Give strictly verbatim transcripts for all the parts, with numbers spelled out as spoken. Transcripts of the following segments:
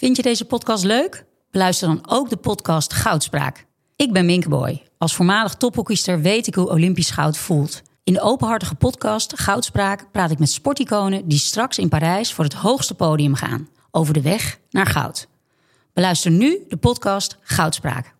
Vind je deze podcast leuk? Beluister dan ook de podcast Goudspraak. Ik ben Minke Boy. Als voormalig tophockeyster weet ik hoe Olympisch goud voelt. In de openhartige podcast Goudspraak praat ik met sporticonen die straks in Parijs voor het hoogste podium gaan. Over de weg naar goud. Beluister nu de podcast Goudspraak.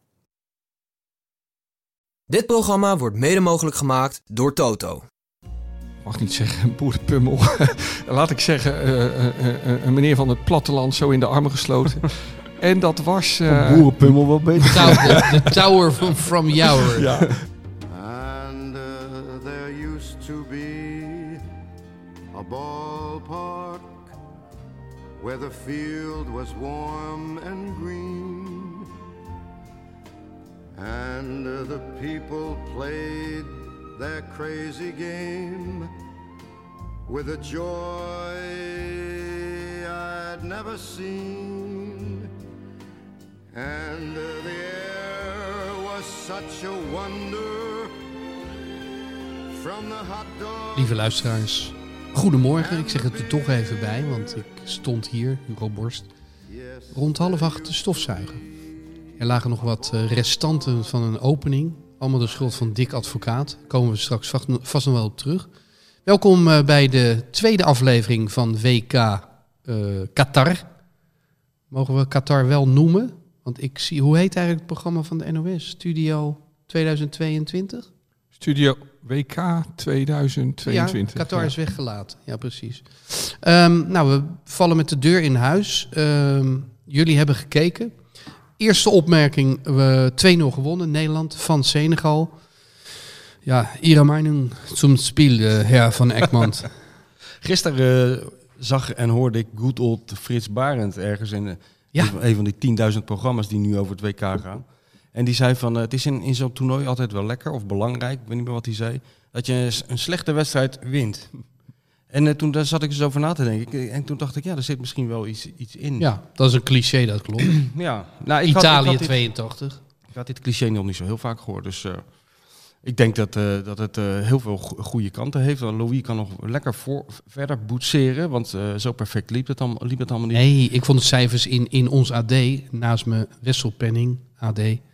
Dit programma wordt mede mogelijk gemaakt door Toto. Ik mag niet zeggen boerenpummel. Laat ik zeggen, uh, uh, uh, een meneer van het platteland zo in de armen gesloten. En dat was... Uh... boerenpummel wel beter. De tower from, from Jouwer. Ja. And uh, there used to be a ballpark where the field was warm and green. And uh, the people played their crazy game with a joy I'd never seen. And uh, the air was such a wonder from the hot dog. Lieve luisteraars, goedemorgen. Ik zeg het er toch even bij, want ik stond hier, Hugo Borst, rond half acht te stofzuigen. Er lagen nog wat restanten van een opening. Allemaal de schuld van Dick Advocaat. Daar komen we straks vast, vast nog wel op terug. Welkom uh, bij de tweede aflevering van W K uh, Qatar. Mogen we Qatar wel noemen? Want ik zie, hoe heet eigenlijk het programma van de N O S? Studio tweeduizend tweeëntwintig? Studio W K tweeduizend tweeëntwintig. Ja, Qatar ja. is weggelaten. Ja, precies. Um, nou, we vallen met de deur in huis. Um, jullie hebben gekeken. Eerste opmerking, we twee nul gewonnen, Nederland van Senegal. Ja, Ihre Meinung zum Spiel, Herr van Egmond. Gisteren uh, zag en hoorde ik good old Frits Barend ergens in uh, ja. een van die tienduizend programma's die nu over het W K gaan. En die zei van, uh, het is in, in zo'n toernooi altijd wel lekker of belangrijk, ik weet niet meer wat hij zei, dat je een slechte wedstrijd wint. En uh, toen daar zat ik eens over na te denken. En toen dacht ik, ja, er zit misschien wel iets, iets in. Ja, dat is een cliché, dat klopt. ja. Nou, ik Italië had, ik had dit, tweeëntachtig. Ik had dit cliché nog niet zo heel vaak gehoord. Dus uh, ik denk dat, uh, dat het uh, heel veel go- goede kanten heeft. Louis kan nog lekker voor, verder boetseren. Want uh, zo perfect liep het, al, liep het allemaal niet. Nee, ik vond de cijfers in, in ons A D, naast mijn Wesselpenning A D, een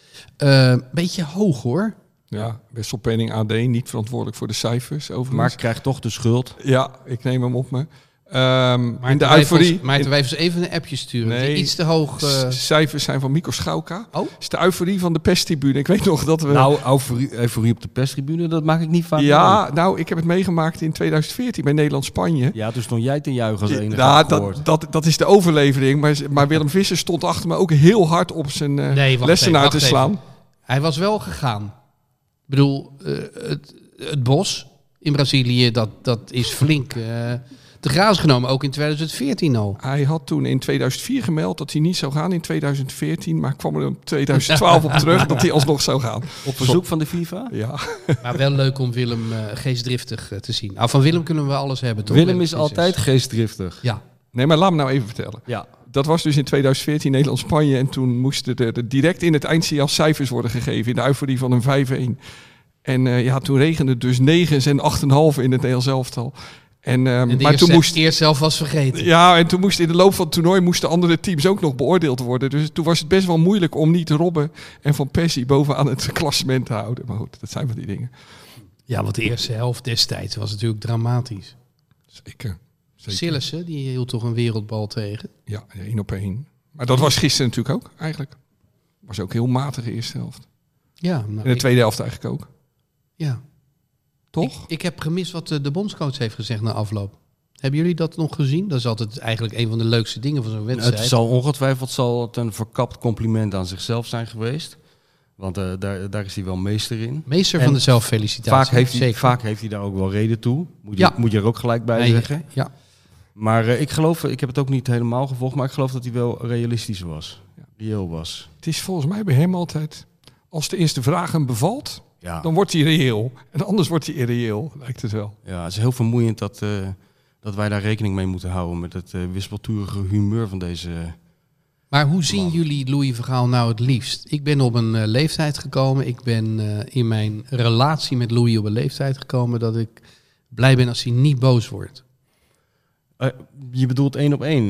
uh, beetje hoog hoor. Ja, Wesselpenning A D, niet verantwoordelijk voor de cijfers overigens. Maar ik krijg toch de schuld. Ja, ik neem hem op me. Um, Maar in de euforie... Maar wij eens even een appje sturen. Nee, iets te hoog. Uh... Cijfers zijn van Mikko Schauka. Oh? Het is de euforie van de perstribune. Ik weet nog dat we... Nou, euforie, euforie op de perstribune, dat maak ik niet vaak. Ja, mee. nou, ik heb het meegemaakt in tweeduizend veertien bij Nederland-Spanje. Ja, toen stond jij te juichen als enige. Ja, dat, dat, dat is de overlevering. Maar, maar Willem Visser stond achter me ook heel hard op zijn uh, nee, lessenaar even, te slaan. Even. Hij was wel gegaan. Ik bedoel, uh, het, het bos in Brazilië, dat, dat is flink uh, te graas genomen. Ook in tweeduizend veertien al. Hij had toen in tweeduizend vier gemeld dat hij niet zou gaan in tweeduizend veertien. Maar kwam er in tweeduizend twaalf op terug dat hij alsnog zou gaan. Op verzoek van de FIFA? Ja. Maar wel leuk om Willem uh, geestdriftig uh, te zien. Nou, van Willem kunnen we alles hebben, toch? Willem is altijd geestdriftig. Ja. Nee, maar laat me nou even vertellen. Ja. Dat was dus in tweeduizend veertien Nederland-Spanje. En toen moesten er, er direct in het eindsignaal cijfers worden gegeven. In de euforie van een vijf-een. En uh, ja, toen regende het dus negens en acht komma vijf in het Nederlands elftal. En, um, en maar eerst, toen moest eerst zelf was vergeten. Ja, en toen moest in de loop van het toernooi moesten andere teams ook nog beoordeeld worden. Dus toen was het best wel moeilijk om niet Robben en Van Persie bovenaan het klassement te houden. Maar goed, dat zijn van die dingen. Ja, want de eerste helft destijds was natuurlijk dramatisch. Zeker. Zeker. Sillissen, die hield toch een wereldbal tegen. Ja, één op één. Maar dat was gisteren natuurlijk ook, eigenlijk. Was ook heel matige eerste helft. Ja, nou, en de ik, tweede helft eigenlijk ook. Ja. Toch? Ik, ik heb gemist wat de, de bondscoach heeft gezegd na afloop. Hebben jullie dat nog gezien? Dat is altijd eigenlijk een van de leukste dingen van zo'n wedstrijd. Het zal ongetwijfeld zal het een verkapt compliment aan zichzelf zijn geweest. Want uh, daar, daar is hij wel meester in. Meester en van de zelffelicitatie. Vaak heeft, hij, Zeker. vaak heeft hij daar ook wel reden toe. Moet je, Ja. moet je er ook gelijk bij Nee, zeggen. Ja. Maar uh, ik geloof, ik heb het ook niet helemaal gevolgd, maar ik geloof dat hij wel realistisch was. Ja. Reëel was. Het is volgens mij bij hem altijd, als de eerste vraag hem bevalt, Ja. dan wordt hij reëel. En anders wordt hij irreëel, lijkt het wel. Ja, het is heel vermoeiend dat, uh, dat wij daar rekening mee moeten houden met het uh, wispelturige humeur van deze... Uh, Maar hoe zien man. jullie Louis Vergaal nou het liefst? Ik ben op een uh, leeftijd gekomen. Ik ben uh, in mijn relatie met Louis op een leeftijd gekomen dat ik blij ben als hij niet boos wordt. uh, je bedoelt één op één?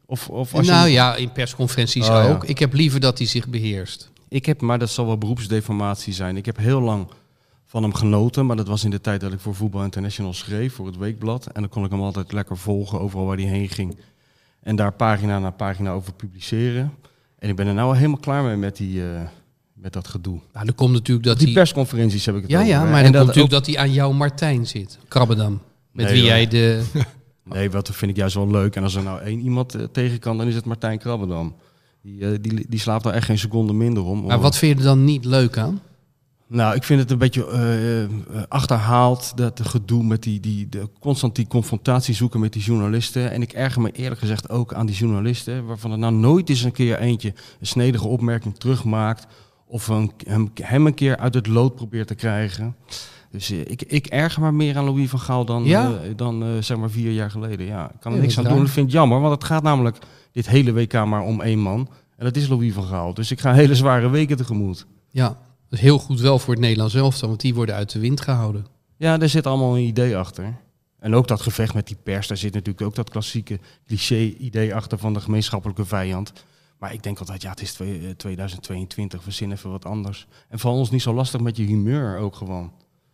Of, of als Nou je... ja, in persconferenties Oh, ook. ja. Ik heb liever dat hij zich beheerst. Ik heb, maar dat zal wel beroepsdeformatie zijn. Ik heb heel lang van hem genoten, maar dat was in de tijd dat ik voor Voetbal International schreef, voor het Weekblad. En dan kon ik hem altijd lekker volgen, overal waar hij heen ging. En daar pagina na pagina over publiceren. En ik ben er nou helemaal klaar mee met, die, uh, met dat gedoe. Nou, er komt natuurlijk dat Die hij... persconferenties heb ik het Ja, over. ja, hè. maar En dan dat komt natuurlijk ook- dat hij aan jouw Martijn zit. Krabbedam. Met Nee, wie hoor. jij de... Nee, wat vind ik juist wel leuk. En als er nou één iemand uh, tegen kan, dan is het Martijn Krabbedam. Die, uh, die, die slaapt er echt geen seconde minder om. Maar wat vind je er dan niet leuk aan? Nou, ik vind het een beetje uh, uh, achterhaald, dat gedoe met die, die de, constant die confrontatie zoeken met die journalisten. En ik erger me eerlijk gezegd ook aan die journalisten, waarvan er nou nooit eens een keer eentje een snedige opmerking terugmaakt. Of een, hem, hem een keer uit het lood probeert te krijgen. Dus uh, ik, ik erger me meer aan Louis van Gaal dan, Ja? uh, dan uh, zeg maar vier jaar geleden. Ja, ik kan er Ja, niks dat aan is doen. raar. Ik vind het jammer, want het gaat namelijk dit hele W K maar om één man. En dat is Louis van Gaal. Dus ik ga hele zware weken tegemoet. Ja, dat is heel goed wel voor het Nederlands elftal, want die worden uit de wind gehouden. Ja, daar zit allemaal een idee achter. En ook dat gevecht met die pers, daar zit natuurlijk ook dat klassieke cliché-idee achter van de gemeenschappelijke vijand. Maar ik denk altijd, ja, het is tweeduizend tweeëntwintig, we zien even wat anders. En val ons niet zo lastig met je humeur ook gewoon.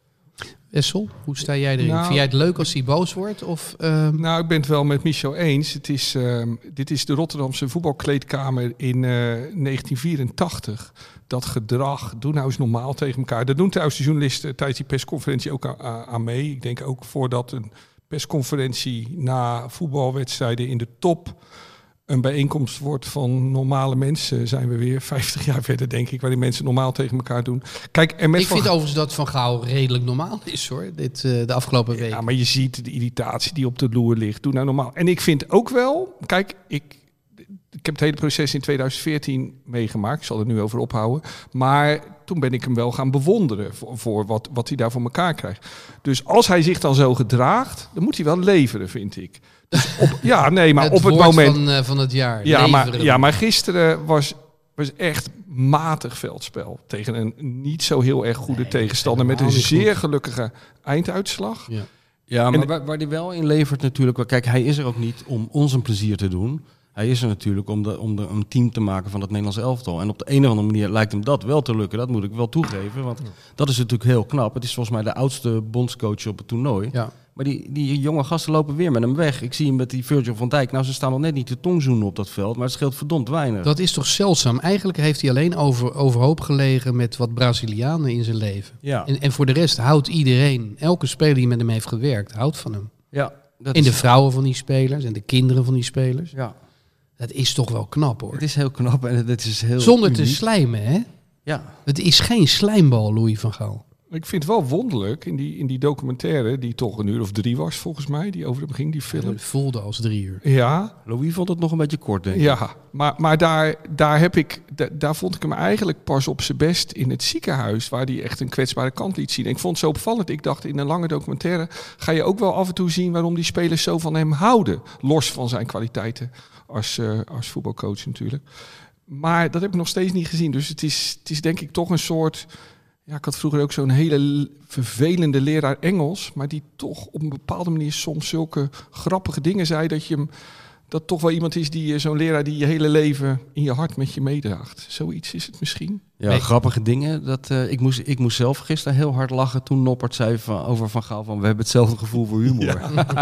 Essel, hoe sta jij erin? Nou- Vind jij het leuk als hij boos wordt? Of, ehm, Nou, ik ben het wel met Michel eens. Het is, uh, dit is de Rotterdamse voetbalkleedkamer in uh, negentien vierentachtig. Dat gedrag, doe nou eens normaal tegen elkaar. Dat doen trouwens de journalisten tijdens die persconferentie ook aan, aan mee. Ik denk ook voordat een persconferentie na voetbalwedstrijden in de top een bijeenkomst wordt van normale mensen, zijn we weer vijftig jaar verder, denk ik, waar die mensen normaal tegen elkaar doen. Kijk, en met ik vind Van- overigens dat Van Gaal redelijk normaal is, hoor, dit, uh, de afgelopen week. Ja, maar je ziet de irritatie die op de loer ligt. Doe nou normaal. En ik vind ook wel, kijk, ik, ik heb het hele proces in tweeduizend veertien meegemaakt. Ik zal er nu over ophouden. Maar toen ben ik hem wel gaan bewonderen voor, voor wat, wat hij daar voor elkaar krijgt. Dus als hij zich dan zo gedraagt, dan moet hij wel leveren, vind ik. Dus op, ja, nee, maar het op het woord moment... van, uh, van het jaar. Ja, maar, leveren. ja, maar gisteren was, was echt matig veldspel. Tegen een niet zo heel erg goede Nee, tegenstander. Met een helemaal niet zeer goed. gelukkige einduitslag. Ja. Ja, maar En- waar, waar hij wel in levert natuurlijk... wel- Kijk, hij is er ook niet om ons een plezier te doen. Hij is er natuurlijk om, de, om de, een team te maken van het Nederlands elftal. En op de een of andere manier lijkt hem dat wel te lukken. Dat moet ik wel toegeven, want dat is natuurlijk heel knap. Het is volgens mij de oudste bondscoach op het toernooi. Ja. Maar die, die jonge gasten lopen weer met hem weg. Ik zie hem met die Virgil van Dijk. Nou, ze staan nog net niet te tongzoenen op dat veld, maar het scheelt verdomd weinig. Dat is toch zeldzaam. Eigenlijk heeft hij alleen over, overhoop gelegen met wat Brazilianen in zijn leven. Ja, En, en voor de rest houdt iedereen, elke speler die met hem heeft gewerkt, houdt van hem. ja, dat En de is, vrouwen van die spelers en de kinderen van die spelers. ja, Dat is toch wel knap, hoor. het is heel knap en het is heel Zonder te uniek. slijmen, hè? Ja, Het is geen slijmbal, Louis van Gaal. Ik vind het wel wonderlijk in die, in die documentaire, die toch een uur of drie was volgens mij, die over hem ging, die film. Het voelde als drie uur. Ja, Louis vond het nog een beetje kort, denk ik. ja, maar, maar daar, daar, heb ik, da- daar vond ik hem eigenlijk pas op zijn best in het ziekenhuis, waar hij echt een kwetsbare kant liet zien. En ik vond het zo opvallend. Ik dacht, in een lange documentaire ga je ook wel af en toe zien waarom die spelers zo van hem houden. Los van zijn kwaliteiten als, uh, als voetbalcoach natuurlijk. Maar dat heb ik nog steeds niet gezien. Dus het is, het is denk ik toch een soort... Ja, ik had vroeger ook zo'n hele l- vervelende leraar Engels, maar die toch op een bepaalde manier soms zulke grappige dingen zei, dat je hem, dat toch wel iemand is die, zo'n leraar die je hele leven in je hart met je meedraagt. Zoiets is het misschien. Ja, Nee. grappige dingen. Dat, uh, ik, moest, ik moest zelf gisteren heel hard lachen toen Noppert zei van, over Van Gaal van we hebben hetzelfde gevoel voor humor.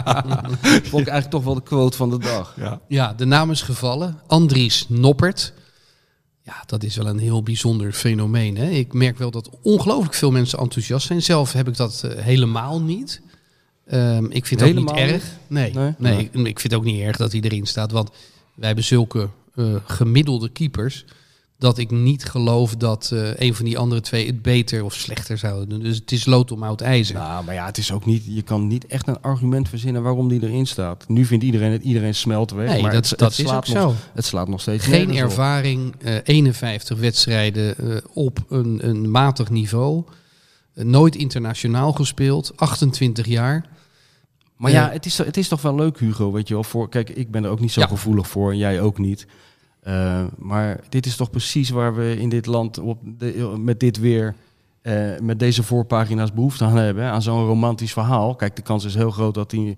Dat vond ik eigenlijk toch wel de quote van de dag. Ja. Ja, de naam is gevallen. Andries Noppert. Ja, dat is wel een heel bijzonder fenomeen, hè? Ik merk wel dat ongelooflijk veel mensen enthousiast zijn. Zelf heb ik dat uh, helemaal niet. Um, ik vind het ook Helemaal niet niet? erg. Nee, Nee? nee, Nee. Ik, ik vind het ook niet erg dat hij erin staat. Want wij hebben zulke uh, gemiddelde keepers, dat ik niet geloof dat uh, een van die andere twee het beter of slechter zouden doen. Dus het is lood om oud ijzer. Nou, maar ja, het is ook niet, je kan niet echt een argument verzinnen waarom die erin staat. Nu vindt iedereen het, iedereen smelt weg. nee, maar dat, het, dat het is ook slaat zo. nog, het slaat nog steeds Geen nergens op. ervaring, uh, eenenvijftig wedstrijden uh, op een, een matig niveau. Uh, nooit internationaal gespeeld, achtentwintig jaar. Maar Uh, ja, het is, het is toch wel leuk, Hugo, weet je wel. Voor, kijk, ik ben er ook niet zo Ja. gevoelig voor en jij ook niet. Uh, maar dit is toch precies waar we in dit land op de, met dit weer, uh, met deze voorpagina's behoefte aan hebben. Hè? Aan zo'n romantisch verhaal. Kijk, de kans is heel groot dat die,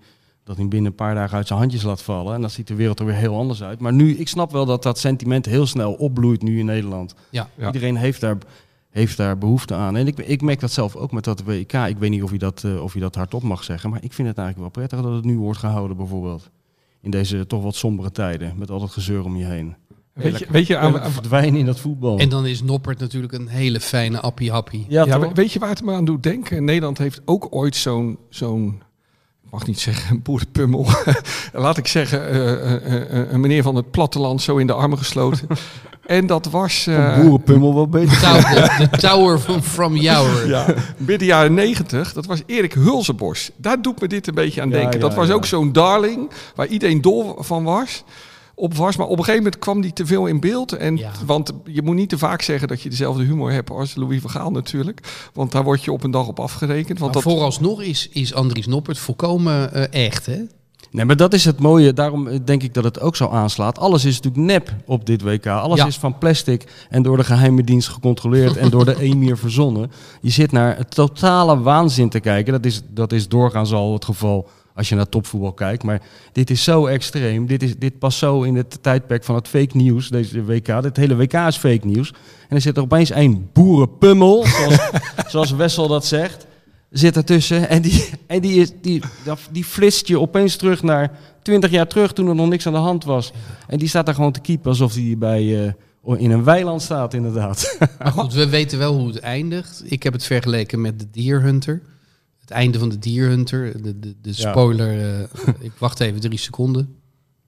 dat hij binnen een paar dagen uit zijn handjes laat vallen. En dan ziet de wereld er weer heel anders uit. Maar nu, ik snap wel dat dat sentiment heel snel opbloeit nu in Nederland. Ja. Ja. Iedereen heeft daar, heeft daar behoefte aan. En ik, ik merk dat zelf ook met dat W K. Ik weet niet of je, dat, uh, of je dat hardop mag zeggen. Maar ik vind het eigenlijk wel prettig dat het nu wordt gehouden bijvoorbeeld. In deze toch wat sombere tijden. Met al dat gezeur om je heen. Weet je, weet je aan, aan, verdwijnen in dat voetbal. En dan is Noppert natuurlijk een hele fijne appie-happie. Ja, ja, toch? weet je waar het me aan doet denken? Nederland heeft ook ooit zo'n, zo'n ik mag niet zeggen een boerenpummel. Laat ik zeggen, uh, uh, uh, een meneer van het platteland zo in de armen gesloten. En dat was... Uh, Een boerenpummel wel beter. De, de Tower van From Jouwer. Ja, midden jaren negentig, dat was Erik Hulzenbos. Daar doet me dit een beetje aan Ja, denken. ja, dat was ja. ook zo'n darling, waar iedereen dol van was. Op was, maar op een gegeven moment kwam die te veel in beeld. En, Ja. Want je moet niet te vaak zeggen dat je dezelfde humor hebt als Louis van Gaal natuurlijk. Want daar word je op een dag op afgerekend. Want Maar dat, vooralsnog is, is Andries Noppert volkomen uh, echt, hè? Nee, maar dat is het mooie. Daarom denk ik dat het ook zo aanslaat. Alles is natuurlijk nep op dit W K. Alles Ja. is van plastic en door de geheime dienst gecontroleerd en door de emir verzonnen. Je zit naar het totale waanzin te kijken. Dat is, dat is doorgaans al het geval als je naar topvoetbal kijkt. Maar dit is zo extreem. Dit, is, dit past zo in het tijdperk van het fake nieuws, deze W K. Dit hele W K is fake nieuws. En er zit er opeens een boerenpummel, zoals, zoals Wessel dat zegt, zit ertussen. En die, en die, is, die, die flitst je opeens terug naar twintig jaar terug, toen er nog niks aan de hand was. En die staat daar gewoon te keepen alsof hij bij, uh, in een weiland staat, inderdaad. Maar goed, we weten wel hoe het eindigt. Ik heb het vergeleken met de Deer Hunter. Het einde van de Deer Hunter. De, de, de spoiler. Uh, ik wacht even drie seconden.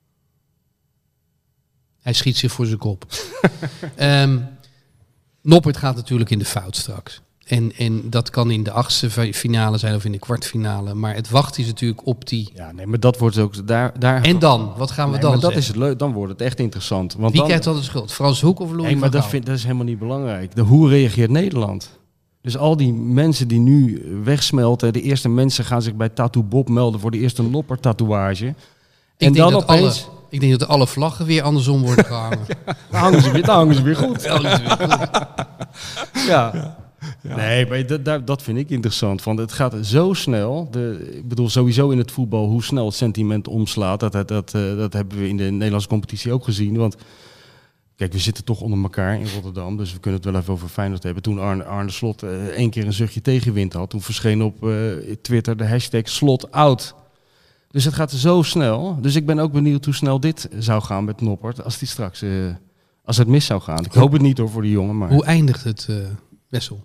Hij schiet zich voor zijn kop. um, Noppert gaat natuurlijk in de fout straks. En, en dat kan in de achtste finale zijn of in de kwartfinale. Maar het wacht is natuurlijk op die... Ja, nee, maar dat wordt ook... Daar, daar... En dan? Wat gaan we nee, dan maar dat zeggen? is het leuk. Dan wordt het echt interessant. Want Wie dan... krijgt dan de schuld? Frans Hoek of Louis Nee, maar van dat, Gaal? vind, dat is helemaal niet belangrijk. De, hoe reageert Nederland? Dus al die mensen die nu wegsmelten... De eerste mensen gaan zich bij Tattoo Bob melden... voor de eerste Noppert-tatoeage. Ik En denk dan dat opeens... alle, ik denk dat alle vlaggen weer andersom worden gehangen. Dan hangen ze weer, dan hangen ze weer goed. Wel is weer goed. Ja. Ja. Nee, maar dat, dat, dat vind ik interessant. Want het gaat zo snel. De, ik bedoel, sowieso in het voetbal hoe snel het sentiment omslaat. Dat, dat, dat, uh, dat hebben we in de Nederlandse competitie ook gezien. Want kijk, we zitten toch onder elkaar in Rotterdam. Dus we kunnen het wel even over Feyenoord hebben. Toen Arne, Arne Slot uh, één keer een zuchtje tegenwind had. Toen verscheen op uh, Twitter de hashtag Slot out. Dus het gaat zo snel. Dus ik ben ook benieuwd hoe snel dit zou gaan met Noppert. Als die straks... Uh, als het mis zou gaan. Ik hoop het niet hoor voor die jongen. Maar... Hoe eindigt het, uh, Wessel?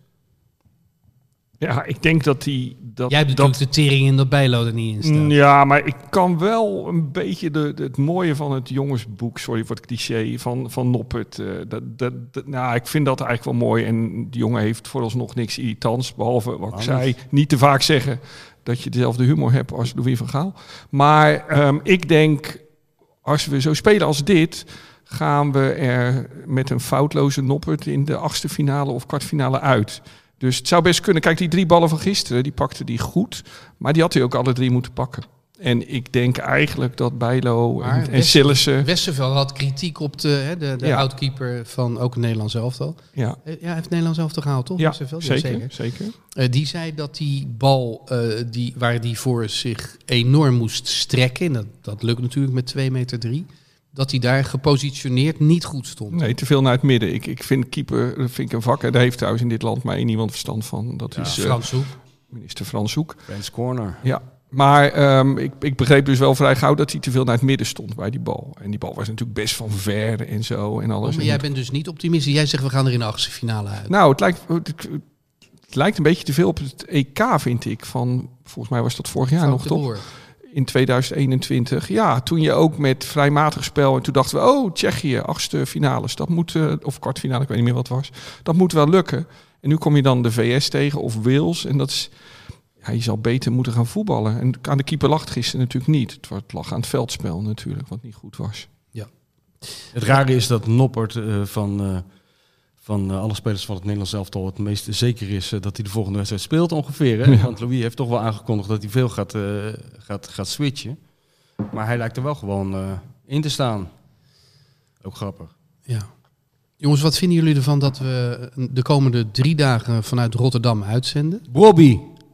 Ja, ik denk dat die... Dat, Jij hebt dat, natuurlijk de tering in dat Bijlo er niet in staan. Ja, maar ik kan wel een beetje de, de, het mooie van het jongensboek, sorry voor het cliché, van, van Noppert. Uh, dat, dat, dat, nou, ik vind dat eigenlijk wel mooi. En die jongen heeft vooralsnog niks irritants, behalve wat ik zei, niet te vaak zeggen dat je dezelfde humor hebt als Louis van Gaal. Maar um, ik denk, als we zo spelen als dit, gaan we er met een foutloze Noppert in de achtste finale of kwartfinale uit. Dus het zou best kunnen. Kijk, die drie ballen van gisteren, die pakte die goed. Maar die had hij ook alle drie moeten pakken. En ik denk eigenlijk dat Bijlo en, en West, Sillissen... Westerveld had kritiek op de, hè, de, de ja. outkeeper van ook het Nederlands elftal. Ja, Ja, hij heeft Nederlands elftal gehaald, toch? ja Westerveld? zeker. Ja, zeker. zeker. Uh, die zei dat die bal, uh, die, waar die voor zich enorm moest strekken... en dat, dat lukt natuurlijk met twee meter drie... dat hij daar gepositioneerd niet goed stond. Nee, te veel naar het midden. Ik, ik vind keeper dat vind ik een vak. En daar heeft trouwens in dit land maar één iemand verstand van. Dat Ja, is uh, Frans Hoek. minister Frans Hoek. Fans Corner. Ja, maar um, ik, ik begreep dus wel vrij gauw dat hij te veel naar het midden stond bij die bal. En die bal was natuurlijk best van ver en zo en alles. Oh, maar jij bent dus niet optimistisch. Jij zegt we gaan er in de achtste finale uit. Nou, het lijkt, het, het lijkt een beetje te veel op het E K, vind ik. Van, volgens mij was dat vorig jaar Frank nog, de toch? Boer. In tweeduizend eenentwintig. Ja, toen je ook met vrij matig spel... en toen dachten we, oh, Tsjechië, achtste finales. Dat moet, uh, of kwartfinale, ik weet niet meer wat het was. Dat moet wel lukken. En nu kom je dan de V S tegen of Wales. En dat is... Ja, je zal beter moeten gaan voetballen. En aan de keeper lag het gisteren natuurlijk niet. Het lag aan het veldspel natuurlijk, wat niet goed was. Ja. Het rare is dat Noppert uh, van, uh, van uh, alle spelers van het Nederlands elftal het meest zeker is uh, dat hij de volgende wedstrijd speelt ongeveer. Hè? Ja. Want Louis heeft toch wel aangekondigd dat hij veel gaat, uh, gaat, gaat switchen. Maar hij lijkt er wel gewoon uh, in te staan. Ook grappig. Ja. Jongens, wat vinden jullie ervan dat we de komende drie dagen vanuit Rotterdam uitzenden? Bobby!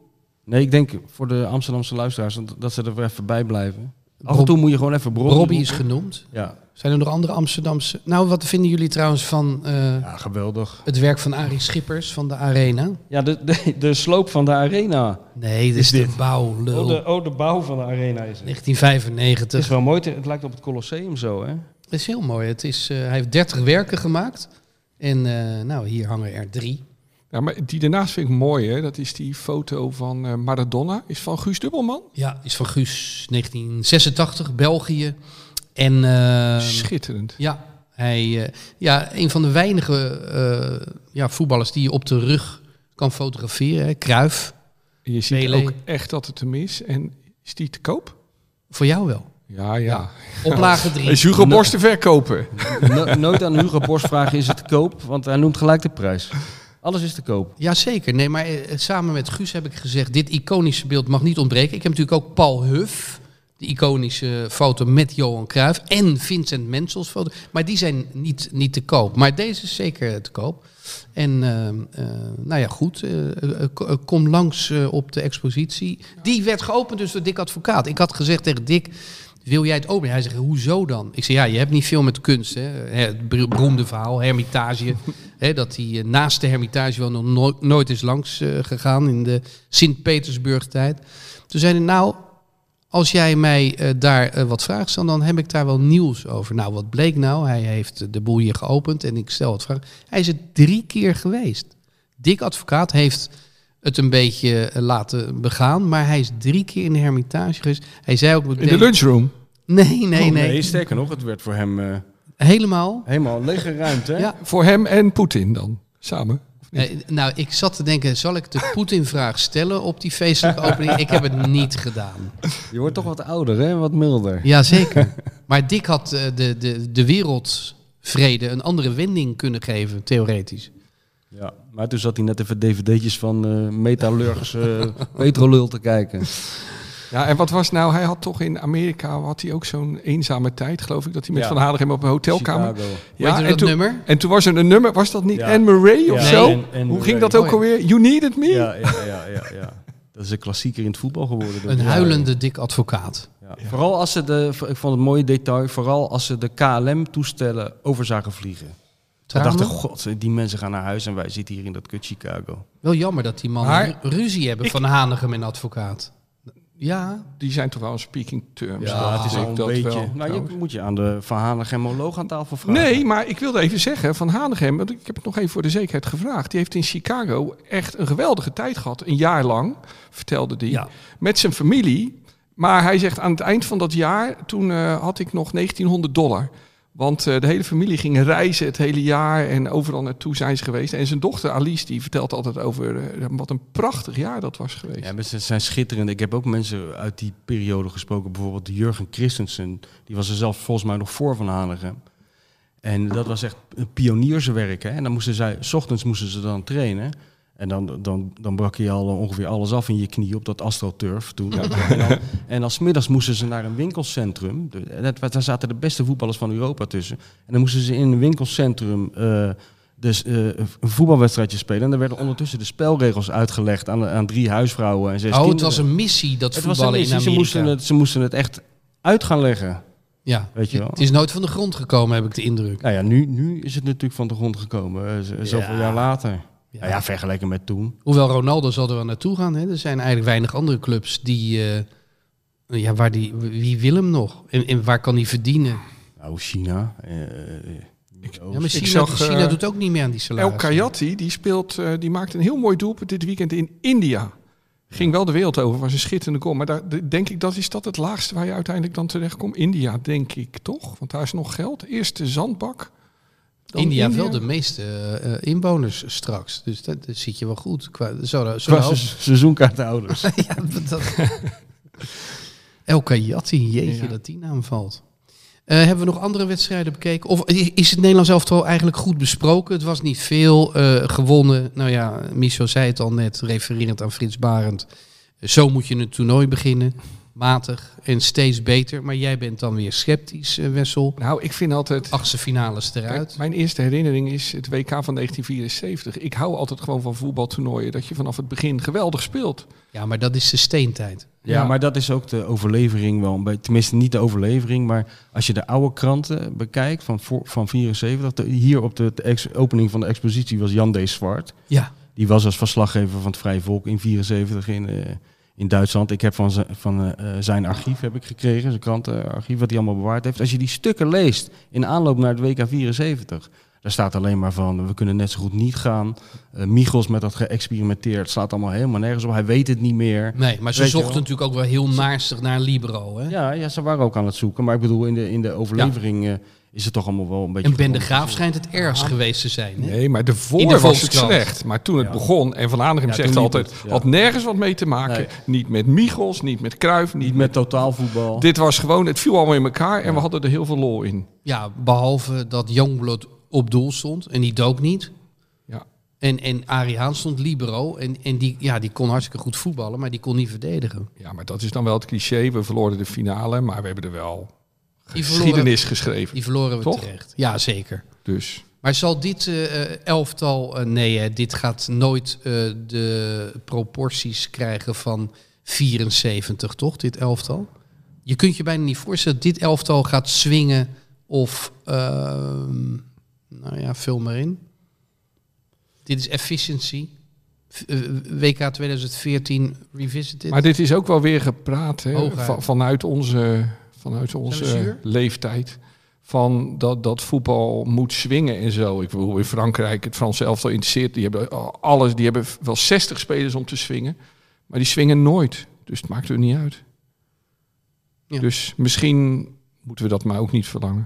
Nee, ik denk voor de Amsterdamse luisteraars dat, dat ze er weer even bij blijven. Af en toe moet je gewoon even Robbie Robbie is genoemd. Ja. Zijn er nog andere Amsterdamse... Nou, wat vinden jullie trouwens van uh, ja, geweldig. het werk van Arie Schippers van de Arena? Ja, de, de, de sloop van de Arena. Nee, dit is, is de bouw, lul. Oh de, oh, de bouw van de Arena is het. negentien vijfennegentig. Het is wel mooi, het lijkt op het Colosseum zo, hè? Het is heel mooi. Het is, uh, hij heeft dertig werken gemaakt. En uh, nou, hier hangen er drie. Ja, maar die daarnaast vind ik mooi, hè? Dat is die foto van uh, Maradona. Is van Guus Dubbelman. Ja, is van Guus, negentien zesentachtig, België. En, uh, schitterend. Ja, hij, uh, ja, een van de weinige uh, ja, voetballers die je op de rug kan fotograferen. Hè? Cruijff. En je ziet Pelé. ook echt dat het hem is. En is die te koop? Voor jou wel. Ja, ja. ja. Oplage drie. Is Hugo Borst te verkopen? No, nooit aan Hugo Borst vragen is het te koop, want hij noemt gelijk de prijs. Alles is te koop. Jazeker. Nee, maar uh, samen met Guus heb ik gezegd, dit iconische beeld mag niet ontbreken. Ik heb natuurlijk ook Paul Huff, de iconische foto met Johan Cruijff en Vincent Mensels foto. Maar die zijn niet, niet te koop. Maar deze is zeker te koop. En uh, uh, nou ja, goed. Uh, uh, kom langs uh, op de expositie. Die werd geopend dus door Dick Advocaat. Ik had gezegd tegen Dick, wil jij het openen? Hij zegt, hoezo dan? Ik zei, ja, je hebt niet veel met kunst. Hè? Het beroemde verhaal, Hermitage. Hè, dat hij uh, naast de Hermitage wel nog no- nooit is langs uh, gegaan in de Sint-Petersburg-tijd. Toen zei hij, nou, als jij mij uh, daar uh, wat vragen stelt, dan heb ik daar wel nieuws over. Nou, wat bleek nou? Hij heeft de boel hier geopend en ik stel wat vragen. Hij is er drie keer geweest. Dick Advocaat heeft het een beetje uh, laten begaan, maar hij is drie keer in de Hermitage geweest. Hij zei ook meteen, in de lunchroom? Nee, nee, nee. Oh, nee. Sterker nog, het werd voor hem uh, helemaal. Helemaal lege ruimte. Hè? Ja. Voor hem en Poetin dan, samen? Uh, nou, ik zat te denken, zal ik de Poetin-vraag stellen op die feestelijke opening? Ik heb het niet gedaan. Je wordt toch wat ouder, hè? Wat milder. Jazeker. Maar Dick had uh, de, de, de wereldvrede een andere wending kunnen geven, theoretisch. Ja, maar toen zat hij net even dvd'tjes van uh, Metallurgs uh, Petrolul te kijken. Ja, en wat was nou, hij had toch in Amerika, had hij ook zo'n eenzame tijd, geloof ik, dat hij met Ja. Van Hanegem op een hotelkamer. Chicago. Ja, Weet je en dat toen, nummer? En toen was er een nummer, was dat niet Ja. Anne Murray of Ja. zo? Nee, Anne- Anne Hoe Murray. ging dat ook Oh ja. alweer? You Needed Me? Ja, ja, ja, ja, ja. Dat is een klassieker in het voetbal geworden. Een huilende Dick Advocaat. Ja. Ja. Vooral als ze de, ik vond het een mooie detail, vooral als ze de K L M-toestellen over zagen vliegen. Ik Tranen? dacht, god, die mensen gaan naar huis en wij zitten hier in dat kut Chicago. Wel jammer dat die mannen Maar- ru- ruzie hebben Ik- van Hanegem en Advocaat. Ja, Die zijn toch wel een speaking terms. Ja, het is denk al een dat beetje... wel, nou, je trouwens. moet je aan de Van Hanegem-moloog aan tafel vragen. Nee, maar ik wilde even zeggen, Van Hanegem, want ik heb het nog even voor de zekerheid gevraagd. Die heeft in Chicago echt een geweldige tijd gehad. Een jaar lang, vertelde hij, Ja. met zijn familie. Maar hij zegt aan het eind van dat jaar, toen uh, had ik nog negentienhonderd dollar. Want uh, de hele familie ging reizen het hele jaar en overal naartoe zijn ze geweest. En zijn dochter Alice, die vertelt altijd over uh, wat een prachtig jaar dat was geweest. Ja, maar ze zijn schitterend. Ik heb ook mensen uit die periode gesproken. Bijvoorbeeld Jurgen Christensen. Die was er zelf volgens mij nog voor Van Hanegem. En dat was echt pionierswerk. Hè? En dan moesten zij, 's ochtends moesten ze dan trainen. En dan, dan, dan brak je al ongeveer alles af in je knie op dat AstroTurf toen. Ja. En, dan, en dan 's middags moesten ze naar een winkelcentrum. En dat, daar zaten de beste voetballers van Europa tussen. En dan moesten ze in een winkelcentrum uh, dus, uh, een voetbalwedstrijdje spelen. En dan werden ondertussen de spelregels uitgelegd aan, aan drie huisvrouwen en zes oh, het kinderen. was een missie, dat Het was voetballen een missie. in Ze Amerika. moesten, het, ze moesten het echt uit gaan leggen. Ja, Weet je wel. het is nooit van de grond gekomen, heb ik de indruk. Nou ja, nu, nu is het natuurlijk van de grond gekomen. Uh, z- zoveel Ja. jaar later. Ja. Nou ja, vergeleken met toen. Hoewel Ronaldo zal er wel naartoe gaan. Hè? Er zijn eigenlijk weinig andere clubs die... Uh, ja, waar die, wie wil hem nog? En, en waar kan hij verdienen? Nou, China. Uh, Ja, maar China, zag, uh, China doet ook niet meer aan die El salarissen. Kayati, die, speelt, uh, die maakte een heel mooi doelpunt dit weekend in India. Ging wel de wereld over, was een schitterende goal. Maar daar de- denk ik, dat is dat het laagste waar je uiteindelijk dan terecht komt. India, denk ik, toch? Want daar is nog geld. Eerst de zandbak. dan India heeft wel de meeste uh, inwoners straks. Dus dat, dat zit je wel goed. Qua, zo, zo Qua se- seizoenkaartenouders. ja, dat... El Kayati, jeetje Ja. dat die naam valt. Uh, hebben we nog andere wedstrijden bekeken? Of is het Nederlands elftal eigenlijk goed besproken? Het was niet veel uh, gewonnen. Nou ja, Michel zei het al net, refererend aan Frits Barend. Zo moet je een toernooi beginnen. matig en steeds beter. Maar jij bent dan weer sceptisch, uh, Wessel. Nou, ik vind altijd... Achtste finales eruit. Kijk, mijn eerste herinnering is het W K van negentien vierenzeventig. Ik hou altijd gewoon van voetbaltoernooien. Dat je vanaf het begin geweldig speelt. Ja, maar dat is de steentijd. Ja, Ja. maar dat is ook de overlevering wel. een beetje- Tenminste, niet de overlevering, maar als je de oude kranten bekijkt van, voor, van vierenzeventig. De, hier op de, de ex- opening van de expositie was Jan D. Zwart. Ja. Die was als verslaggever van het Vrije Volk in vierenzeventig in, uh, in Duitsland. Ik heb van, z- van uh, zijn archief heb ik gekregen, zijn krantenarchief, wat hij allemaal bewaard heeft. Als je die stukken leest in aanloop naar het W K vierenzeventig... Daar staat alleen maar van, we kunnen net zo goed niet gaan. Uh, Michels met dat geëxperimenteerd slaat allemaal helemaal nergens op. Hij weet het niet meer. Nee, maar ze Weet je zochten wel? natuurlijk ook wel heel naarstig naar libero. Hè? Ja, ja, ze waren ook aan het zoeken. Maar ik bedoel, in de, in de overlevering uh, is het toch allemaal wel een beetje... En Ben de gewoon- Graaf schijnt het ergst geweest te zijn. Hè? Nee, maar de In voor de was het Volkskrant. slecht. Maar toen het Ja. begon, en Van Aanegem Ja, zegt toen liep altijd, het, ja. had nergens wat mee te maken. Nee. Niet met Michels, niet met Cruijff, niet Niet met... met totaalvoetbal. Dit was gewoon, het viel allemaal in elkaar en we hadden er heel veel lol in. Ja, behalve dat Youngblood op doel stond en die dook niet. Ja. En, en Arie Haan stond libero en, en die, ja, die kon hartstikke goed voetballen, maar die kon niet verdedigen. Ja, maar dat is dan wel het cliché. We verloren de finale, maar we hebben er wel Die verloren, geschiedenis geschreven. die verloren we Toch? terecht. Ja, zeker. Dus Maar zal dit eh, elftal, uh, nee, hè, dit gaat nooit uh, de proporties krijgen van vierenzeventig, toch? Dit elftal. Je kunt je bijna niet voorstellen dat dit elftal gaat swingen of, uh, nou ja, vul maar in. Dit is efficiency. V- uh, W K tweeduizend veertien revisited. Maar dit is ook wel weer gepraat hè, Hooguit. va- vanuit onze, vanuit onze zuur? leeftijd. Van dat, dat voetbal moet swingen en zo. Ik bedoel, in Frankrijk, het Franse elftal interesseert. Die hebben alles, die hebben wel zestig spelers om te swingen. Maar die swingen nooit. Dus het maakt er niet uit. Ja. Dus misschien moeten we dat maar ook niet verlangen.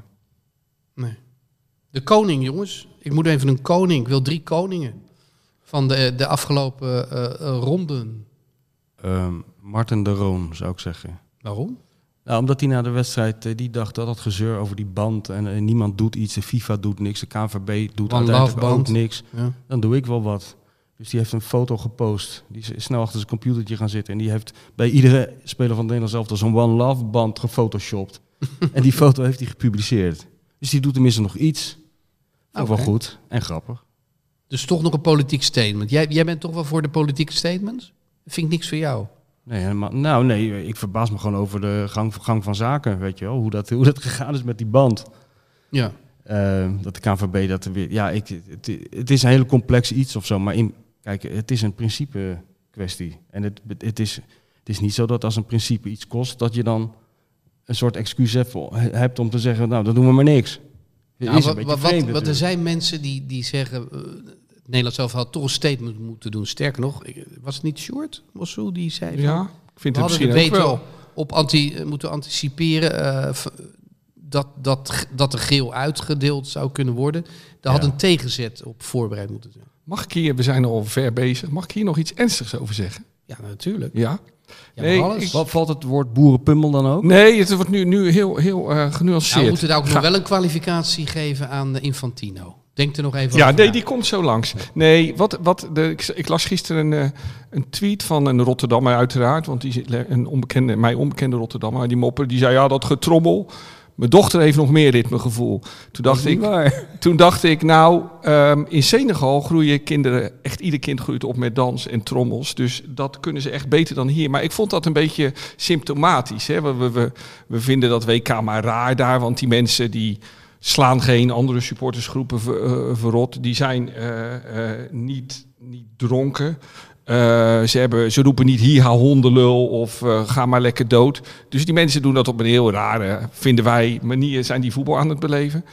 Nee. De koning, jongens. Ik moet even een koning. Ik wil drie koningen van de, de afgelopen uh, uh, ronden. Ehm, Martin de Roon, zou ik zeggen. Waarom? Nou, omdat hij na de wedstrijd, uh, die dacht dat dat gezeur over die band en uh, niemand doet iets, de FIFA doet niks, de K N V B doet One uiteindelijk Love ook band. niks. Ja. Dan doe ik wel wat. Dus die heeft een foto gepost. Die is snel achter zijn computertje gaan zitten en die heeft bij iedere speler van het Nederlands elftal zo'n One Love band gefotoshopt. En die foto heeft hij gepubliceerd. Dus die doet tenminste nog iets. Vond ik Oké. wel goed en grappig. Dus toch nog een politiek statement. Jij, jij bent toch wel voor de politieke statements? Vind ik niks voor jou. Nee, helemaal, nou nee, ik verbaas me gewoon over de gang, gang van zaken, weet je wel. Hoe dat, hoe dat gegaan is met die band. Ja. Uh, dat de K N V B dat er weer... Ja, ik, het, het is een hele complex iets of zo. Maar in, kijk, het is een principe kwestie. En het, het, is, het is niet zo dat als een principe iets kost, dat je dan een soort excuus hebt, hebt om te zeggen, nou, dan doen we maar niks. Het Nou, is een wat, beetje wat, vreemd wat, wat er natuurlijk. zijn mensen die, die zeggen... Uh, het Nederland zelf had toch een statement moeten doen. Sterker nog, ik- was het niet Sjoerd Mossou die zei... van, Ja, ik vind we het hadden misschien de ook veto wel. op anti, uh, moeten anticiperen... Uh, v- dat, dat, dat er geel uitgedeeld zou kunnen worden. Daar had Ja. een tegenzet op voorbereid moeten zijn. Mag ik hier, we zijn al ver bezig, mag ik hier nog iets ernstigs over zeggen? Ja, natuurlijk. Ja? Ja, Nee, maar alles. ik- Wat valt het woord boerenpummel dan ook? Nee, het wordt nu, nu heel, heel uh, genuanceerd. Nou, we moeten daar ook Ga- nog wel een kwalificatie geven aan de Infantino. Denk er nog even Ja, over nee, na. die komt zo langs. Nee, wat, wat de, ik, ik las gisteren een, uh, een tweet van een Rotterdammer uiteraard, want die zit le- een onbekende, mij onbekende Rotterdammer, die mopper, die zei ja, dat getrommel. Mijn dochter heeft nog meer ritmegevoel. Toen dacht ik, toen dacht ik, nou, um, in Senegal groeien kinderen, echt ieder kind groeit op met dans en trommels. Dus dat kunnen ze echt beter dan hier. Maar ik vond dat een beetje symptomatisch. Hè? We, we, we, we vinden dat W K maar raar daar, want die mensen die slaan geen andere supportersgroepen ver, uh, verrot. Die zijn uh, uh, niet, niet dronken. Uh, ze, hebben, ze roepen niet hier, ha hondenlul of uh, ga maar lekker dood. Dus die mensen doen dat op een heel rare, vinden wij, manier zijn die voetbal aan het beleven.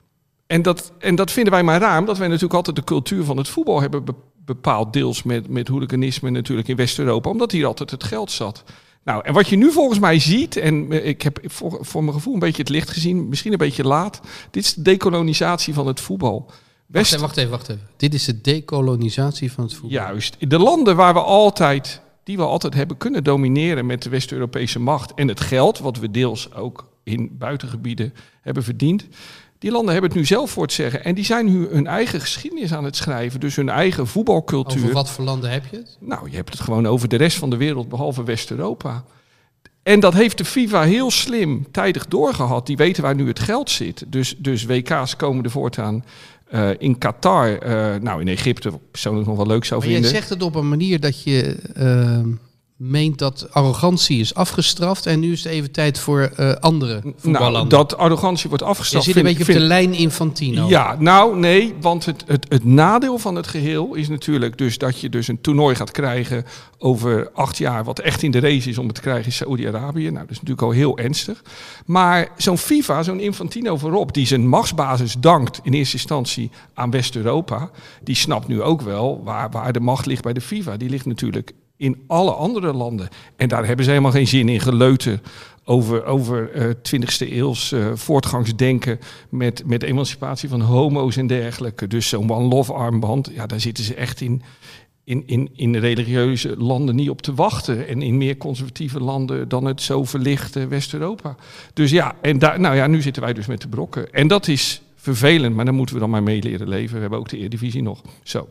En dat, en dat vinden wij maar raar, omdat wij natuurlijk altijd de cultuur van het voetbal hebben be- bepaald. Deels met, met hooliganisme natuurlijk in West-Europa, omdat hier altijd het geld zat. Nou, en wat je nu volgens mij ziet, en ik heb voor, voor mijn gevoel een beetje het licht gezien, misschien een beetje laat. Dit is de dekolonisatie van het voetbal. West... Wacht even, wacht even, wacht even. Dit is de dekolonisatie van het voetbal. Juist. De landen waar we altijd, die we altijd hebben kunnen domineren met de West-Europese macht en het geld, wat we deels ook in buitengebieden hebben verdiend. Die landen hebben het nu zelf voor het zeggen. En die zijn nu hun eigen geschiedenis aan het schrijven. Dus hun eigen voetbalcultuur. Over wat voor landen heb je het? Nou, je hebt het gewoon over de rest van de wereld, behalve West-Europa. En dat heeft de FIFA heel slim tijdig doorgehad. Die weten waar nu het geld zit. Dus, dus W K's komen er voortaan uh, in Qatar. Uh, nou, in Egypte, wat ik persoonlijk nog wel leuk zou maar vinden. jij zegt het op een manier dat je uh, meent dat arrogantie is afgestraft. En nu is het even tijd voor uh, andere voetballanden. Nou, dat arrogantie wordt Je afgestraft. zit een vind, beetje op vind, de lijn Infantino. Ja, nou nee, want het, het, het nadeel van het geheel is natuurlijk dus dat je dus een toernooi gaat krijgen over acht jaar, wat echt in de race is om het te krijgen in Saoedi-Arabië. Nou, dat is natuurlijk al heel ernstig. Maar zo'n FIFA, zo'n Infantino voorop, die zijn machtsbasis dankt in eerste instantie aan West-Europa, die snapt nu ook wel waar, waar de macht ligt bij de FIFA. Die ligt natuurlijk in alle andere landen. En daar hebben ze helemaal geen zin in geleuten over, over uh, twintigste eeuws uh, voortgangsdenken met, met emancipatie van homo's en dergelijke. Dus zo'n One Love armband, ja, daar zitten ze echt in, in, in, in religieuze landen niet op te wachten. En in meer conservatieve landen dan het zo verlichte West-Europa. Dus ja, en daar, nou ja, nu zitten wij dus met de brokken. En dat is vervelend, maar daar moeten we dan maar mee leren leven. We hebben ook de Eredivisie nog. Zo.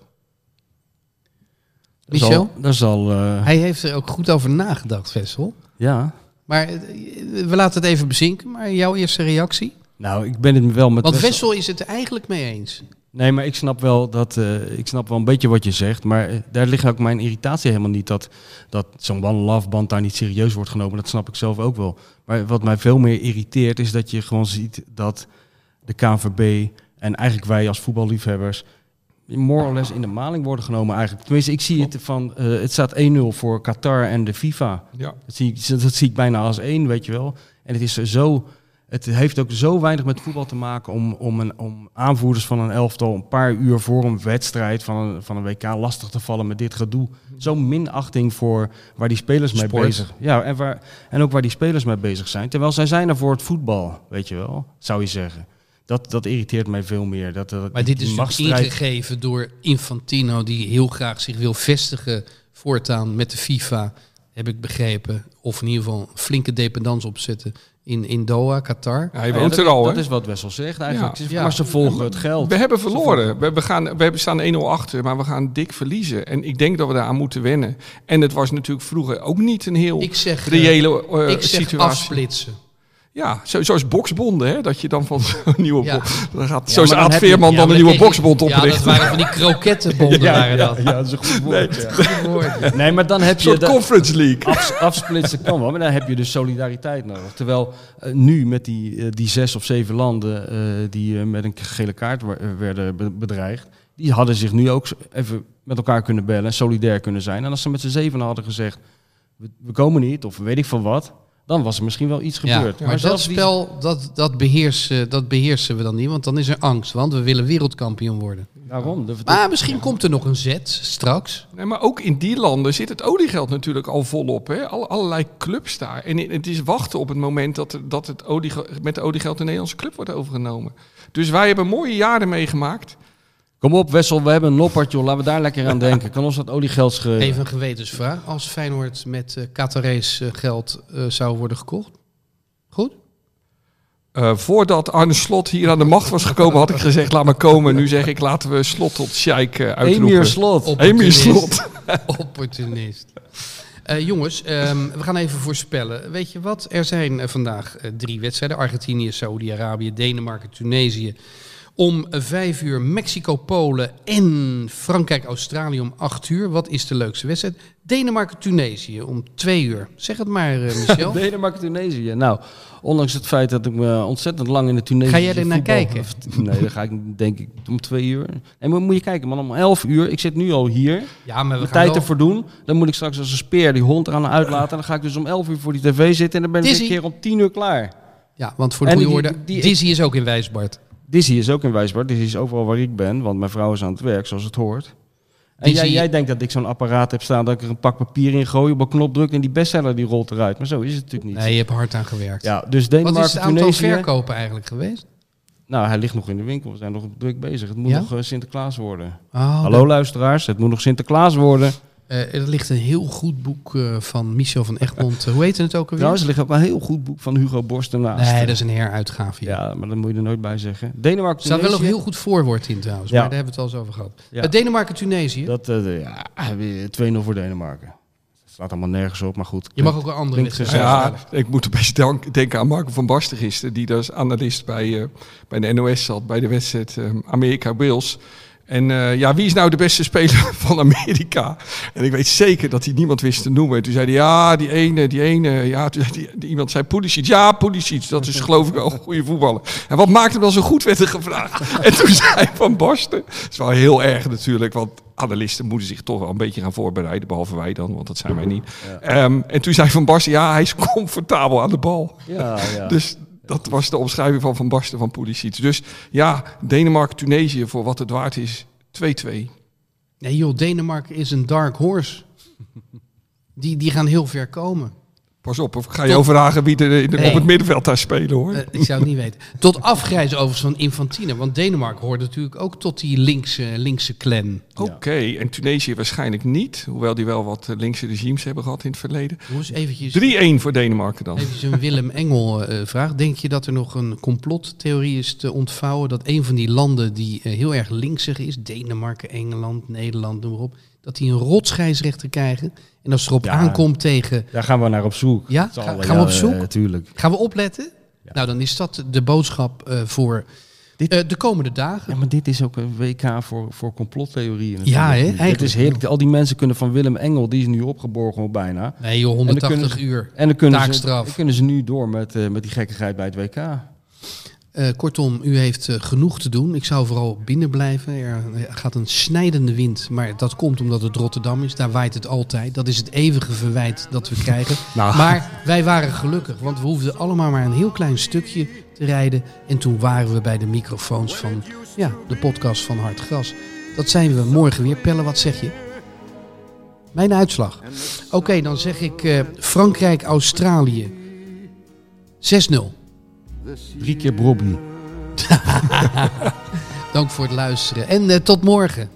Michel? Dat zal... Uh... Hij heeft er ook goed over nagedacht, Wessel. Ja. Maar uh, we laten het even bezinken. Maar jouw eerste reactie? Nou, ik ben het wel met... Want Wessel is het er eigenlijk mee eens. Nee, maar ik snap wel dat uh, ik snap wel een beetje wat je zegt, maar uh, daar ligt ook mijn irritatie helemaal niet dat, dat zo'n One Love band daar niet serieus wordt genomen. Dat snap ik zelf ook wel. Maar wat mij veel meer irriteert is dat je gewoon ziet dat de K N V B en eigenlijk wij als voetballiefhebbers more or less in de maling worden genomen eigenlijk. Tenminste, ik zie het van, uh, het staat één nul voor Qatar en de FIFA. Ja. Dat zie ik, dat zie ik bijna als één, weet je wel. En het is zo... Het heeft ook zo weinig met voetbal te maken om, om, een, om aanvoerders van een elftal een paar uur voor een wedstrijd van een, van een W K lastig te vallen met dit gedoe. Zo'n minachting voor waar die spelers mee Sport. bezig zijn. Ja, en, waar, en ook waar die spelers mee bezig zijn. Terwijl zij zijn er voor het voetbal, weet je wel, zou je zeggen. Dat, dat irriteert mij veel meer. Dat, dat, Maar dit is die natuurlijk machtsstrijd- ingegeven door Infantino, die heel graag zich wil vestigen voortaan met de FIFA, heb ik begrepen. Of in ieder geval een flinke dependance opzetten in, in Doha, Qatar. Hij Ja, woont dat, er al, dat hè? is wat Wessel zegt eigenlijk. Ja. Het is- Ja. Maar ze volgen het geld. We hebben verloren. We, we, gaan, we hebben staan één nul achter, maar we gaan dik verliezen. En ik denk dat we daaraan moeten wennen. En het was natuurlijk vroeger ook niet een heel Ik zeg, reële uh, ik zeg situatie. afsplitsen. Ja, zo, zoals boksbonden, hè? Dat je dan van zo'n nieuwe... Ja. bo- dan gaat, Ja, zoals maar dan Aad heb je- Veerman Ja, dan maar een nieuwe dan kreeg je- boksbond Ja, dat oprichten. waren van die krokettenbonden waren dat. Ja, dat is een goed woord. ja. Goed woord. Nee, maar dan heb Een soort je... de- Conference League. Afs- afsplitsen kan wel, maar dan heb je dus solidariteit nodig. Terwijl uh, nu met die, uh, die zes of zeven landen uh, die uh, met een gele kaart wa- uh, werden be- bedreigd, die hadden zich nu ook even met elkaar kunnen bellen en solidair kunnen zijn. En als ze met z'n zevenen hadden gezegd, we, we komen niet, of weet ik van wat, dan was er misschien wel iets Ja, gebeurd. maar dat zelfs die- spel, dat, dat, beheersen, dat beheersen we dan niet, want dan is er angst. Want we willen wereldkampioen worden. Daarom. De, de- Maar misschien komt er nog een zet straks. Nee, maar ook in die landen zit het oliegeld natuurlijk al volop. Hè? Alle, allerlei clubs daar. En het is wachten op het moment dat, er- dat het oliegeld, met de oliegeld een Nederlandse club wordt overgenomen. Dus wij hebben mooie jaren meegemaakt. Kom op Wessel, we hebben een noppert, joh. Laten we daar lekker aan denken. Kan ons dat oliegeld schelen? Even een gewetensvraag. Als Feyenoord met uh, Qatarees uh, geld uh, zou worden gekocht. Goed? Uh, voordat Arne Slot hier aan de macht was gekomen, had ik gezegd, laat maar komen. Nu zeg ik, laten we Slot tot Sjeik uh, uitroepen. Emir Slot. Emir Slot. Opportunist. Uh, jongens, um, we gaan even voorspellen. Weet je wat? Er zijn uh, vandaag uh, drie wedstrijden. Argentinië, Saoedi-Arabië, Denemarken, Tunesië. Om uh, vijf uur Mexico, Polen en Frankrijk-Australië om acht uur. Wat is de leukste wedstrijd? Denemarken, Tunesië om twee uur. Zeg het maar, uh, Michel. Denemarken, Tunesië. Nou, ondanks het feit dat ik me ontzettend lang in de Tunesische Ga jij er naar voetbal- kijken? Nee, dan ga ik denk ik om twee uur. En maar moet je kijken, man, om elf uur. Ik zit nu al hier. Ja, maar we De gaan tijd wel... ervoor doen. Dan moet ik straks als een speer die hond eraan uitlaten. En dan ga ik dus om elf uur voor die tv zitten. En dan ben ik Dizzy. een keer om tien uur klaar. Ja, want voor de En goede die- orde, die- Dizzy is ook in Wijsbart. Dizzy is ook in Wijsbart. Dizzy is overal waar ik ben. Want mijn vrouw is aan het werk, zoals het hoort. En Dizzy- jij, jij denkt dat ik zo'n apparaat heb staan, dat ik er een pak papier in gooi, op een knop druk en die bestseller die rolt eruit. Maar zo is het natuurlijk niet. Nee, je hebt er hard aan gewerkt. Ja, dus Wat Denemarken, is het aantal Tunesië. verkopen eigenlijk geweest? Nou, hij ligt nog in de winkel. We zijn nog druk bezig. Het moet Ja? nog uh, Sinterklaas worden. Oh, Hallo luisteraars, het moet nog Sinterklaas worden. Uh, er ligt een heel goed boek uh, van Michel van Egmond. Uh, hoe heet het ook alweer? Trouwens, er ligt ook een heel goed boek van Hugo Borst ernaast. nee, dat is een heruitgave. Ja. Ja, maar dat moet je er nooit bij zeggen. Denemarken, Er staat wel Tunesië. een heel goed voorwoord in trouwens, Ja. maar daar hebben we het al eens over gehad. Ja. Uh, Denemarken, Tunesië. Dat, uh, ja, weer twee nul voor Denemarken. Staat allemaal nergens op, maar goed. Je mag ook een andere klinkt wedstrijd gezellig. Ja, ik moet opeens dank- denken aan Marco van Basten gisteren, die als analist bij, uh, bij de N O S zat, bij de wedstrijd uh, Amerika-Wales. En uh, ja, wie is nou de beste speler van Amerika? En ik weet zeker dat hij niemand wist te noemen. En toen zei hij, ja, die ene, die ene. Ja, toen, die, die, iemand zei Pulisic. Ja, Pulisic, dat is geloof ik wel een goede voetballer. En wat maakt hem dan zo goed, werd er gevraagd. En toen zei Van Basten, dat is wel heel erg natuurlijk, want analisten moeten zich toch wel een beetje gaan voorbereiden. Behalve wij dan, want dat zijn wij niet. Ja. Um, en toen zei Van Basten, ja, hij is comfortabel aan de bal. Ja, ja. Dus dat was de omschrijving van Van Basten van Pulisic. Dus ja, Denemarken-Tunesië voor wat het waard is, twee-twee. Nee joh, Denemarken is een dark horse. Die, die gaan heel ver komen. Pas op, of ik ga je overvragen wie er in de, nee. op het middenveld daar spelen, hoor. Uh, ik zou het niet weten. Tot afgrijs overigens van Infantine. Want Denemarken hoort natuurlijk ook tot die linkse, linkse clan. Oké, okay, en Tunesië waarschijnlijk niet. Hoewel die wel wat linkse regimes hebben gehad in het verleden. Jongens, eventjes... drie-een voor Denemarken dan. Even een Willem Engel uh, vraag. Denk je dat er nog een complottheorie is te ontvouwen? Dat een van die landen die uh, heel erg linksig is, Denemarken, Engeland, Nederland, noem maar op, dat die een rotscheidsrechter krijgen? En als het erop ja, aankomt tegen... Daar gaan we naar op zoek. Ja, Zal, gaan ja, we op zoek? Uh, tuurlijk. Gaan we opletten? Ja. Nou, dan is dat de boodschap uh, voor dit, uh, de komende dagen. Ja, maar dit is ook een W K voor, voor complottheorieën. Ja, hè? Het is heerlijk. Al die mensen kunnen van Willem Engel, die is nu opgeborgen al bijna. Nee joh, honderdtachtig en dan kunnen, uur En dan kunnen taakstraf. ze, dan kunnen ze nu door met, uh, met die gekkigheid bij het W K. Uh, kortom, u heeft uh, genoeg te doen. Ik zou vooral binnen blijven. Er gaat een snijdende wind, maar dat komt omdat het Rotterdam is. Daar waait het altijd. Dat is het eeuwige verwijt dat we krijgen. Nou. Maar wij waren gelukkig, want we hoefden allemaal maar een heel klein stukje te rijden. En toen waren we bij de microfoons van ja, de podcast van Hartgras. Dat zijn we morgen weer. Pelle, wat zeg je? Mijn uitslag. Oké, okay, dan zeg ik uh, Frankrijk-Australië. zes nul. Drie keer Brobby. Dank voor het luisteren. En uh, tot morgen.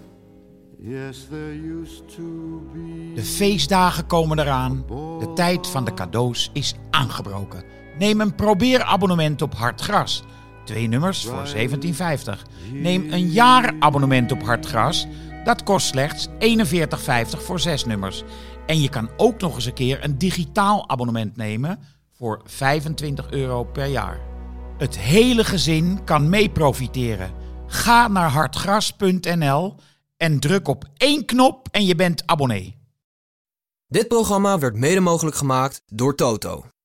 De feestdagen komen eraan. De tijd van de cadeaus is aangebroken. Neem een probeerabonnement op Hartgras. Twee nummers voor zeventien vijftig. Neem een jaarabonnement op Hartgras. Dat kost slechts eenenveertig vijftig voor zes nummers. En je kan ook nog eens een keer een digitaal abonnement nemen voor vijfentwintig euro per jaar. Het hele gezin kan mee profiteren. Ga naar hartgras punt n l en druk op één knop en je bent abonnee. Dit programma werd mede mogelijk gemaakt door Toto.